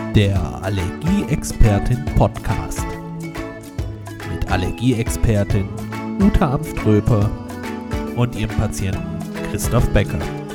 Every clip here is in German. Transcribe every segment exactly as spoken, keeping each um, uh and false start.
Der Allergieexpertin Podcast mit Allergieexpertin Ute Amströper und ihrem Patienten Christoph Becker.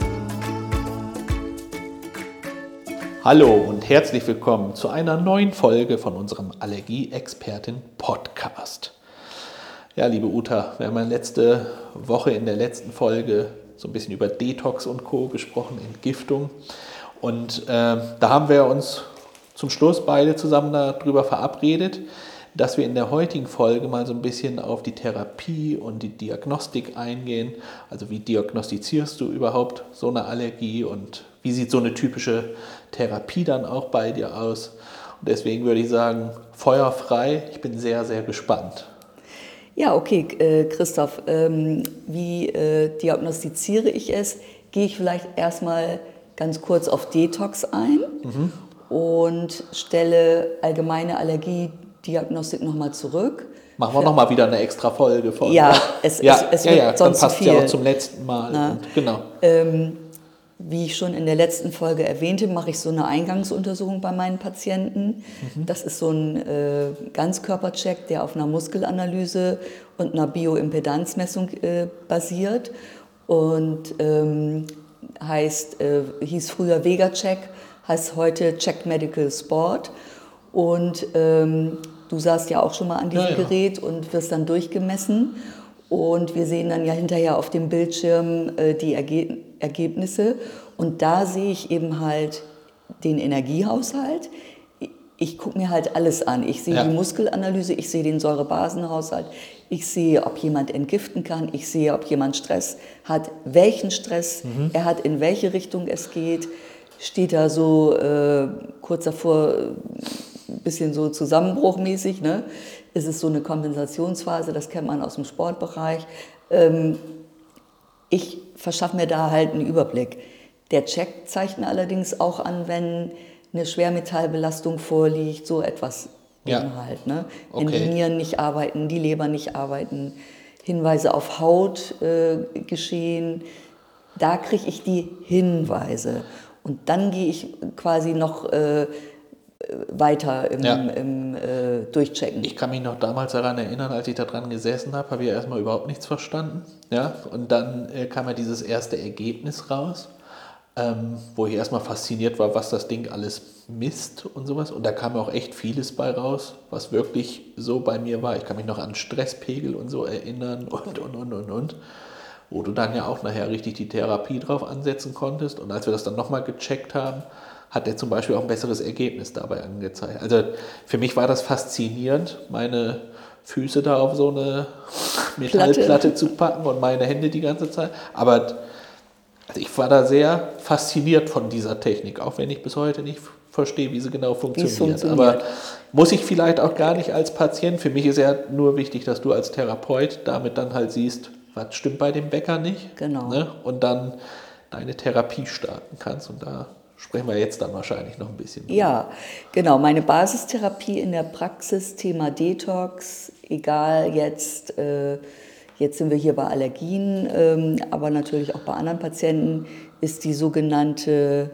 Hallo und herzlich willkommen zu einer neuen Folge von unserem Allergieexpertin Podcast. Ja, liebe Uta, wir haben ja letzte Woche in der letzten Folge so ein bisschen über Detox und Co. gesprochen, Entgiftung. Und äh, da haben wir uns zum Schluss beide zusammen darüber verabredet, dass wir in der heutigen Folge mal so ein bisschen auf die Therapie und die Diagnostik eingehen. Also wie diagnostizierst du überhaupt so eine Allergie und wie sieht so eine typische Therapie dann auch bei dir aus? Und deswegen würde ich sagen, Feuer frei, ich bin sehr, sehr gespannt. Ja, okay, äh, Christoph, ähm, wie äh, diagnostiziere ich es? Gehe ich vielleicht erstmal ganz kurz auf Detox ein mhm. und stelle allgemeine Allergiediagnostik nochmal zurück. Machen wir nochmal wieder eine extra Folge von. Ja, es, ja, es, es ja, wird ja, sonst dann passt zu viel. Ja auch zum letzten Mal. Und, genau. Ähm, wie ich schon in der letzten Folge erwähnte, mache ich so eine Eingangsuntersuchung bei meinen Patienten. Mhm. Das ist so ein äh, Ganzkörpercheck, der auf einer Muskelanalyse und einer Bioimpedanzmessung äh, basiert. Und ähm, heißt, äh, hieß früher Vega-Check, heißt heute Check Medical Sport. Und ähm, du saßt ja auch schon mal an diesem ja, ja. Gerät und wirst dann durchgemessen. Und wir sehen dann ja hinterher auf dem Bildschirm äh, die Erge- Ergebnisse. Und da sehe ich eben halt den Energiehaushalt. Ich gucke mir halt alles an. Ich sehe ja. die Muskelanalyse, ich sehe den Säurebasenhaushalt, ich sehe, ob jemand entgiften kann, ich sehe, ob jemand Stress hat, welchen Stress mhm. er hat, in welche Richtung es geht. Steht da so äh, kurz davor, ein bisschen so zusammenbruchmäßig, ne? Ist es so eine Kompensationsphase, das kennt man aus dem Sportbereich. Ähm, ich verschaffe mir da halt einen Überblick. Der Check zeigt mir allerdings auch an, wenn eine Schwermetallbelastung vorliegt, so etwas ja. eben halt. Ne? Okay. Wenn die Nieren nicht arbeiten, die Leber nicht arbeiten, Hinweise auf Haut äh, geschehen, da kriege ich die Hinweise. Und dann gehe ich quasi noch äh, weiter im, ja. im äh, Durchchecken. Ich kann mich noch damals daran erinnern, als ich da dran gesessen habe, habe ich erstmal überhaupt nichts verstanden. Ja? Und dann äh, kam ja dieses erste Ergebnis raus, ähm, wo ich erstmal fasziniert war, was das Ding alles misst und sowas. Und da kam auch echt vieles bei raus, was wirklich so bei mir war. Ich kann mich noch an Stresspegel und so erinnern und, und, und, und, und. Wo du dann ja auch nachher richtig die Therapie drauf ansetzen konntest. Und als wir das dann nochmal gecheckt haben, hat er zum Beispiel auch ein besseres Ergebnis dabei angezeigt. Also für mich war das faszinierend, meine Füße da auf so eine Metallplatte zu packen und meine Hände die ganze Zeit. Aber also ich war da sehr fasziniert von dieser Technik, auch wenn ich bis heute nicht verstehe, wie sie genau funktioniert. funktioniert. Aber muss ich vielleicht auch gar nicht als Patient. Für mich ist ja nur wichtig, dass du als Therapeut damit dann halt siehst, was stimmt bei dem Bäcker nicht. Genau. Ne? Und dann deine Therapie starten kannst. Und da sprechen wir jetzt dann wahrscheinlich noch ein bisschen drüber. Ja, genau. Meine Basistherapie in der Praxis, Thema Detox, egal jetzt, äh, jetzt sind wir hier bei Allergien, ähm, aber natürlich auch bei anderen Patienten, ist die sogenannte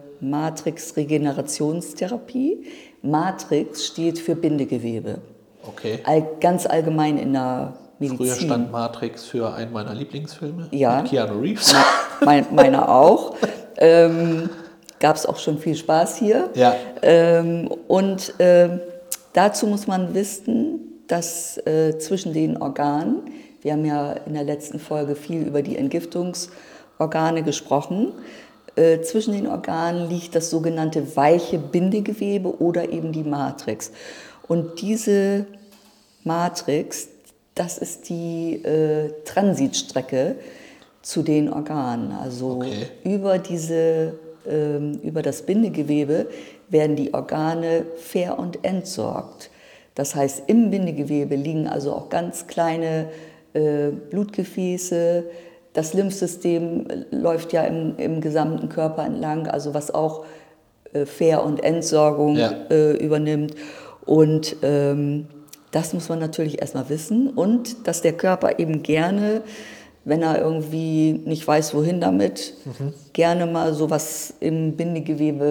Matrix-Regenerationstherapie. Matrix steht für Bindegewebe. Okay. All, ganz allgemein in der Medizin. Früher stand Matrix für einen meiner Lieblingsfilme, ja. mit Keanu Reeves. Mein, meiner auch. ähm, Gab es auch schon viel Spaß hier. Ja. Ähm, und äh, dazu muss man wissen, dass äh, zwischen den Organen, wir haben ja in der letzten Folge viel über die Entgiftungsorgane gesprochen, äh, zwischen den Organen liegt das sogenannte weiche Bindegewebe oder eben die Matrix. Und diese Matrix, das ist die äh, Transitstrecke zu den Organen. Also okay. über diese über das Bindegewebe werden die Organe ver- und entsorgt. Das heißt, im Bindegewebe liegen also auch ganz kleine äh, Blutgefäße. Das Lymphsystem läuft ja im, im gesamten Körper entlang, also was auch äh, Ver- und Entsorgung ja. äh, übernimmt. Und ähm, das muss man natürlich erstmal wissen. Und dass der Körper eben gerne, wenn er irgendwie nicht weiß, wohin damit, mhm. gerne mal sowas im Bindegewebe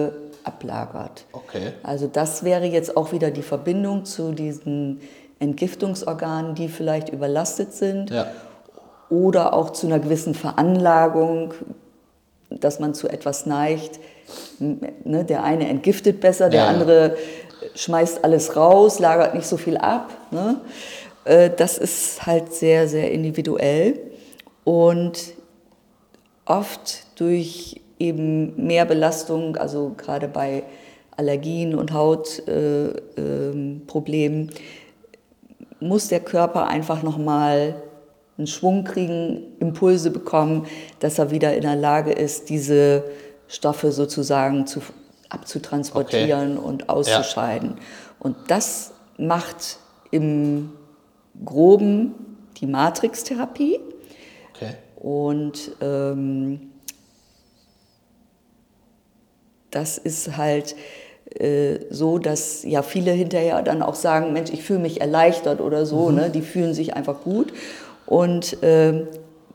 ablagert. Okay. Also das wäre jetzt auch wieder die Verbindung zu diesen Entgiftungsorganen, die vielleicht überlastet sind. Ja. Oder auch zu einer gewissen Veranlagung, dass man zu etwas neigt. Ne, der eine entgiftet besser, der ja, andere ja. schmeißt alles raus, lagert nicht so viel ab. Ne? Äh, das ist halt sehr, sehr individuell. Und oft durch eben mehr Belastung, also gerade bei Allergien und Hautproblemen, äh, äh, muss der Körper einfach nochmal einen Schwung kriegen, Impulse bekommen, dass er wieder in der Lage ist, diese Stoffe sozusagen zu, abzutransportieren okay. und auszuscheiden. Ja. Und das macht im Groben die Matrix-Therapie. Okay. Und ähm, das ist halt äh, so, dass ja viele hinterher dann auch sagen, Mensch, ich fühle mich erleichtert oder so, mhm. ne? Die fühlen sich einfach gut. Und äh,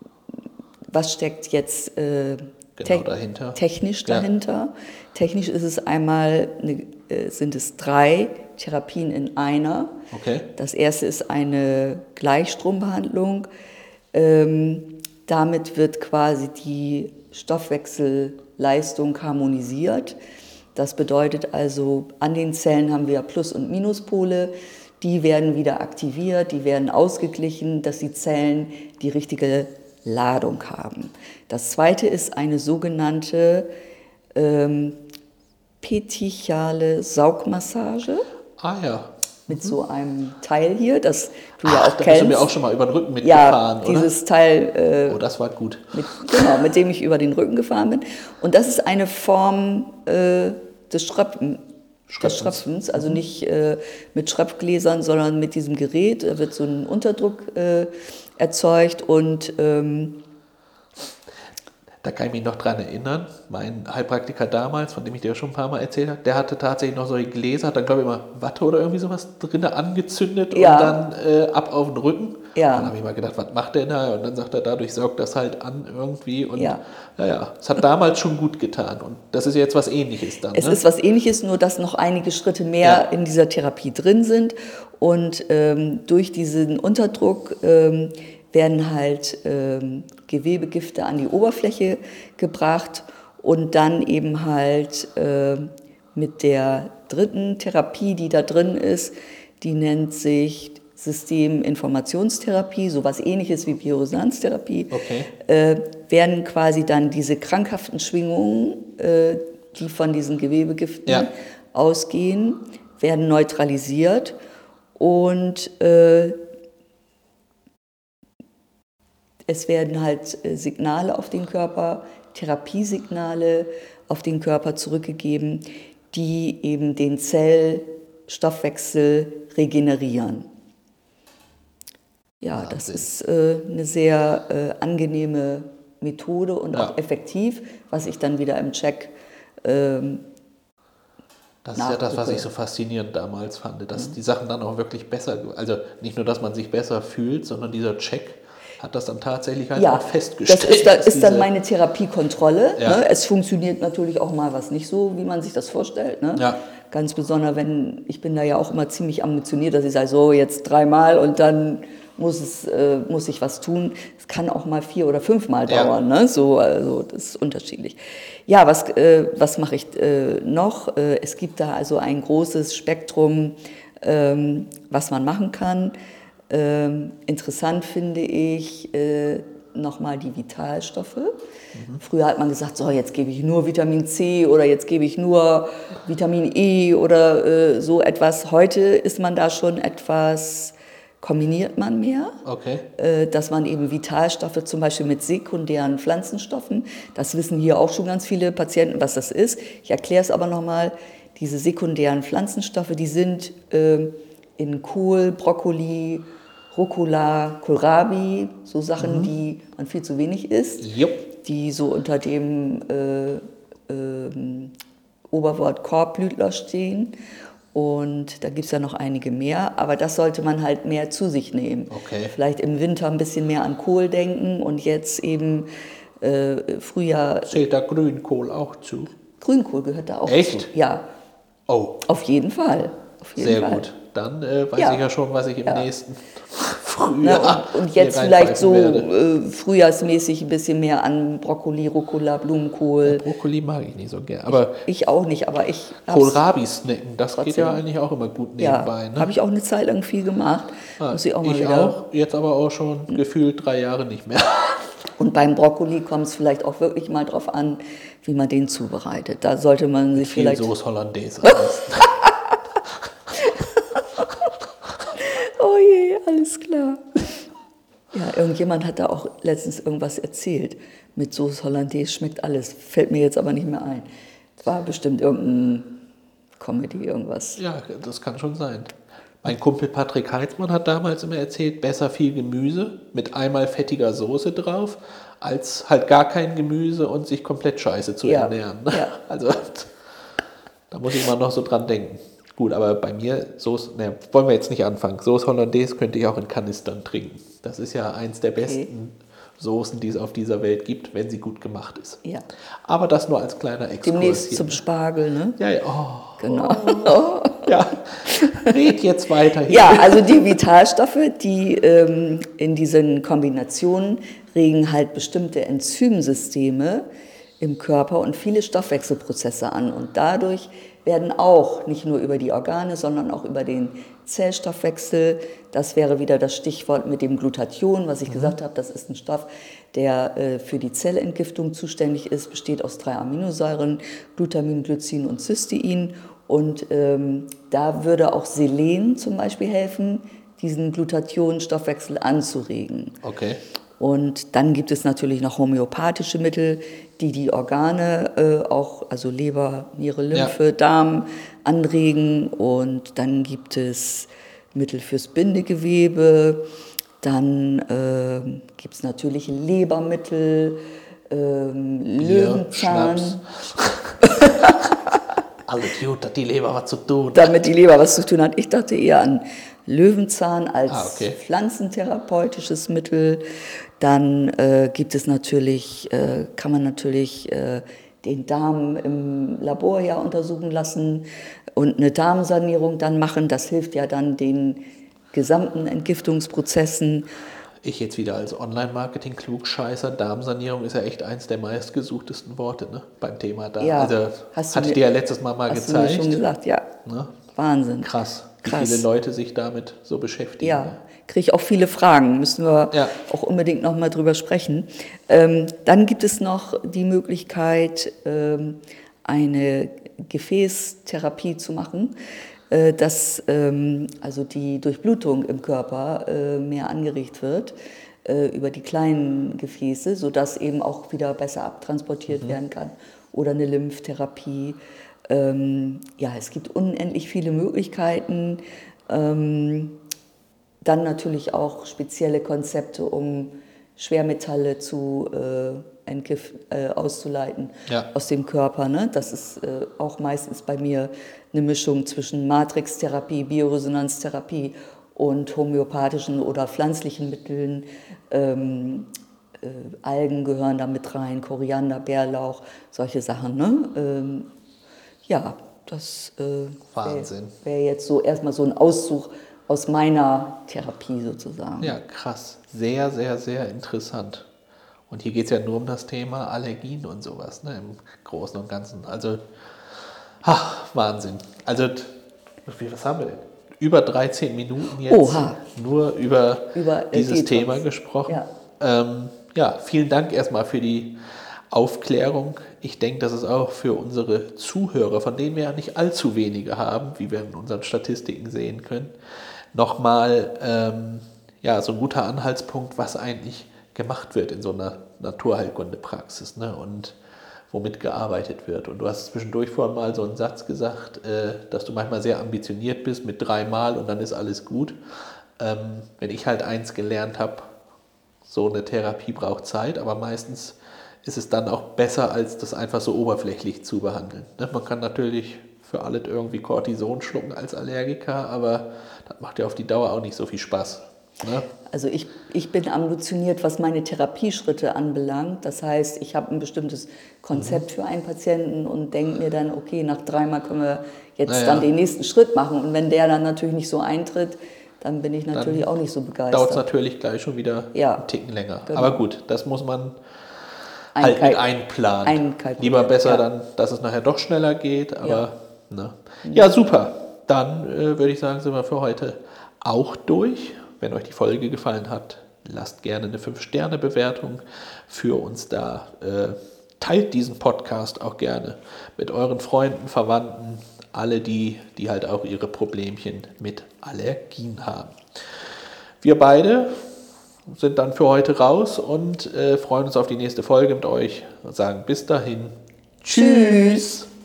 was steckt jetzt äh, genau te- dahinter. technisch dahinter? Ja. Technisch ist es einmal, eine, äh, sind es drei Therapien in einer. Okay. Das erste ist eine Gleichstrombehandlung. Ähm, damit wird quasi die Stoffwechselleistung harmonisiert. Das bedeutet also, an den Zellen haben wir Plus- und Minuspole. Die werden wieder aktiviert, die werden ausgeglichen, dass die Zellen die richtige Ladung haben. Das zweite ist eine sogenannte ähm, petechiale Saugmassage. Ah ja. Mit so einem Teil hier, das du Ach, ja auch da kennst. bist du mir auch schon mal über den Rücken mitgefahren, ja, dieses oder? Teil. Äh, oh, das war gut. Mit, genau, mit dem ich über den Rücken gefahren bin. Und das ist eine Form äh, des Schröpfen. Des Schröpfens, also nicht äh, mit Schröpfgläsern, sondern mit diesem Gerät. Da wird so ein Unterdruck äh, erzeugt und ähm, da kann ich mich noch dran erinnern, mein Heilpraktiker damals, von dem ich dir schon ein paar Mal erzählt habe, der hatte tatsächlich noch solche Gläser, hat dann glaube ich immer Watte oder irgendwie sowas drin angezündet ja. und dann äh, ab auf den Rücken. Ja. Dann habe ich mal gedacht, was macht der da? Und dann sagt er, dadurch saugt das halt an irgendwie. Und ja, naja, es hat damals schon gut getan. Und das ist jetzt was Ähnliches dann. Es ne? ist was Ähnliches, nur dass noch einige Schritte mehr ja. in dieser Therapie drin sind. Und ähm, durch diesen Unterdruck ähm, werden halt ähm, Gewebegifte an die Oberfläche gebracht und dann eben halt äh, mit der dritten Therapie, die da drin ist, die nennt sich Systeminformationstherapie, sowas Ähnliches wie Bioresonanztherapie, okay. äh, werden quasi dann diese krankhaften Schwingungen, äh, die von diesen Gewebegiften ja. ausgehen, werden neutralisiert und äh, es werden halt Signale auf den Körper, Therapiesignale auf den Körper zurückgegeben, die eben den Zellstoffwechsel regenerieren. Ja, Wahnsinn. Das ist äh, eine sehr äh, angenehme Methode und ja. auch effektiv, was ich dann wieder im Check ähm, Das ist ja das, was ich so faszinierend damals fand, dass mhm. die Sachen dann auch wirklich besser, also nicht nur, dass man sich besser fühlt, sondern dieser Check hat das dann tatsächlich halt ja, auch festgestellt. Das ist, da, ist dann meine Therapiekontrolle. Ja. Ne? Es funktioniert natürlich auch mal was nicht so, wie man sich das vorstellt. Ne? Ja. Ganz besonders, wenn, ich bin da ja auch immer ziemlich ambitioniert, dass ich sage, so jetzt dreimal und dann muss, es, äh, muss ich was tun. Es kann auch mal vier oder fünfmal dauern. Ja. Ne? So, also das ist unterschiedlich. Ja, was, äh, was mache ich äh, noch? Äh, es gibt da also ein großes Spektrum, ähm, was man machen kann. Ähm, interessant finde ich äh, nochmal die Vitalstoffe. Mhm. Früher hat man gesagt, so jetzt gebe ich nur Vitamin C oder jetzt gebe ich nur Vitamin E oder äh, so etwas. Heute ist man da schon etwas, kombiniert man mehr, okay. äh, dass man eben Vitalstoffe zum Beispiel mit sekundären Pflanzenstoffen, das wissen hier auch schon ganz viele Patienten, was das ist. Ich erkläre es aber nochmal, diese sekundären Pflanzenstoffe, die sind äh, in Kohl, Brokkoli, Rucola, Kohlrabi, so Sachen, mhm. die man viel zu wenig isst, yep. die so unter dem äh, äh, Oberwort Korbblütler stehen. Und da gibt es ja noch einige mehr, aber das sollte man halt mehr zu sich nehmen. Okay. Vielleicht im Winter ein bisschen mehr an Kohl denken und jetzt eben äh, Frühjahr... Zählt da Grünkohl auch zu? Grünkohl gehört da auch Echt? zu. Ja, Oh, auf jeden Fall. Auf jeden sehr Fall. gut. Dann äh, weiß Ja. ich ja schon, was ich im Ja. nächsten Na, Frühjahr und, und jetzt hier vielleicht so reinpfeifen werde. äh, frühjahrsmäßig ein bisschen mehr an Brokkoli, Rucola, Blumenkohl. Brokkoli mag ich nicht so gern. Aber Ich auch nicht, aber ich hab's- Kohlrabi snacken, das geht trotzdem. ja eigentlich auch immer gut ja, nebenbei. Ne? habe ich auch eine Zeit lang viel gemacht. Ah, Muss ich auch mal ich wieder. auch, jetzt aber auch schon gefühlt drei Jahre nicht mehr. Und beim Brokkoli kommt es vielleicht auch wirklich mal drauf an, wie man den zubereitet. Da sollte man sich Viel vielleicht. Soße Hollandaise. am besten. Oh je, alles klar. Ja, irgendjemand hat da auch letztens irgendwas erzählt. Mit Sauce Hollandaise schmeckt alles. Fällt mir jetzt aber nicht mehr ein. Es war bestimmt irgendein Comedy, irgendwas. Ja, das kann schon sein. Mein Kumpel Patrick Heitzmann hat damals immer erzählt, besser viel Gemüse mit einmal fettiger Soße drauf, als halt gar kein Gemüse und sich komplett scheiße zu Ja, ernähren. Ne? ja. Also da muss ich immer noch so dran denken. Gut, aber bei mir, Soße, ne, wollen wir jetzt nicht anfangen. Soße Hollandaise könnte ich auch in Kanistern trinken. Das ist ja eins der besten Soßen, die es auf dieser Welt gibt, wenn sie gut gemacht ist. Ja. Aber das nur als kleiner Exkurs Demnächst hier. zum Spargel, ne? Ja, ja, oh, Genau. ja. Red jetzt weiter hier. Ja, also die Vitalstoffe, die ähm, in diesen Kombinationen regen halt bestimmte Enzymsysteme im Körper und viele Stoffwechselprozesse an. Und dadurch werden auch nicht nur über die Organe, sondern auch über den Zellstoffwechsel, das wäre wieder das Stichwort mit dem Glutathion, was ich mhm. gesagt habe, das ist ein Stoff, der äh, für die Zellentgiftung zuständig ist, besteht aus drei Aminosäuren, Glutamin, Glycin und Cystein. Und ähm, da würde auch Selen zum Beispiel helfen, diesen Glutathion-Stoffwechsel anzuregen. Okay. Und dann gibt es natürlich noch homöopathische Mittel, die die Organe äh, auch, also Leber, Niere, Lymphe, ja. Darm anregen. Und dann gibt es Mittel fürs Bindegewebe. Dann äh, gibt es natürlich Lebermittel, ähm, Löwenzahn. Alles gut, dass die Leber was zu tun. Damit die Leber was zu tun hat. Ich dachte eher an Löwenzahn als ah, okay. pflanzentherapeutisches Mittel. Dann äh, gibt es natürlich, äh, kann man natürlich äh, den Darm im Labor ja untersuchen lassen und eine Darmsanierung dann machen. Das hilft ja dann den gesamten Entgiftungsprozessen. Ich jetzt wieder als Online-Marketing-Klugscheißer, Darmsanierung ist ja echt eins der meistgesuchtesten Worte, ne, beim Thema Darm. Ja, also, hatte ich dir ja letztes Mal mal hast gezeigt. Hast du mir schon gesagt, ja. Ne? Wahnsinn. Krass, wie Krass. viele Leute sich damit so beschäftigen. Ja, kriege ich auch viele Fragen, müssen wir ja. auch unbedingt noch mal drüber sprechen. Ähm, dann gibt es noch die Möglichkeit, ähm, eine Gefäßtherapie zu machen, äh, dass ähm, also die Durchblutung im Körper äh, mehr angeregt wird äh, über die kleinen Gefäße, sodass eben auch wieder besser abtransportiert mhm. werden kann. Oder eine Lymphtherapie. Ähm, ja, es gibt unendlich viele Möglichkeiten. Ähm, dann natürlich auch spezielle Konzepte, um Schwermetalle zu äh, entgift, äh, auszuleiten ja. aus dem Körper. Ne? Das ist äh, auch meistens bei mir eine Mischung zwischen Matrixtherapie, Bioresonanztherapie und homöopathischen oder pflanzlichen Mitteln. Ähm, äh, Algen gehören da mit rein, Koriander, Bärlauch, solche Sachen. Ne? Ähm, ja, das äh, wäre wär jetzt so erstmal so ein Auszug aus meiner Therapie sozusagen. Ja, krass. Sehr, sehr, sehr interessant. Und hier geht es ja nur um das Thema Allergien und sowas, ne, im Großen und Ganzen. Also, ach, Wahnsinn. Also, was haben wir denn? Über dreizehn Minuten jetzt Oha. nur über, über dieses Detox. Thema gesprochen. Ja. Ähm, ja, vielen Dank erstmal für die Aufklärung. Ich denke, das ist auch für unsere Zuhörer, von denen wir ja nicht allzu wenige haben, wie wir in unseren Statistiken sehen können, nochmal ähm, ja, so ein guter Anhaltspunkt, was eigentlich gemacht wird in so einer Naturheilkundepraxis, ne, und womit gearbeitet wird. Und du hast zwischendurch vorhin mal so einen Satz gesagt, äh, dass du manchmal sehr ambitioniert bist mit dreimal und dann ist alles gut. Ähm, wenn ich halt eins gelernt habe, so eine Therapie braucht Zeit, aber meistens ist es dann auch besser, als das einfach so oberflächlich zu behandeln. Ne? Man kann natürlich für alles irgendwie Cortison schlucken als Allergiker, aber das macht ja auf die Dauer auch nicht so viel Spaß. Ne? Also ich, ich bin ambitioniert, was meine Therapieschritte anbelangt. Das heißt, ich habe ein bestimmtes Konzept mhm. für einen Patienten und denke mir dann, okay, nach dreimal können wir jetzt naja. dann den nächsten Schritt machen. Und wenn der dann natürlich nicht so eintritt, dann bin ich natürlich dann auch nicht so begeistert. Dauert es natürlich gleich schon wieder ja. einen Ticken länger. Genau. Aber gut, das muss man halt mit einplanen. Lieber besser ja. dann, dass es nachher doch schneller geht. Aber ja, ne. ja super. Dann äh, würde ich sagen, sind wir für heute auch durch. Wenn euch die Folge gefallen hat, lasst gerne eine fünf Sterne Bewertung für uns da. Äh, teilt diesen Podcast auch gerne mit euren Freunden, Verwandten, alle die, die halt auch ihre Problemchen mit Allergien haben. Wir beide sind dann für heute raus und äh, freuen uns auf die nächste Folge mit euch und sagen bis dahin. Tschüss!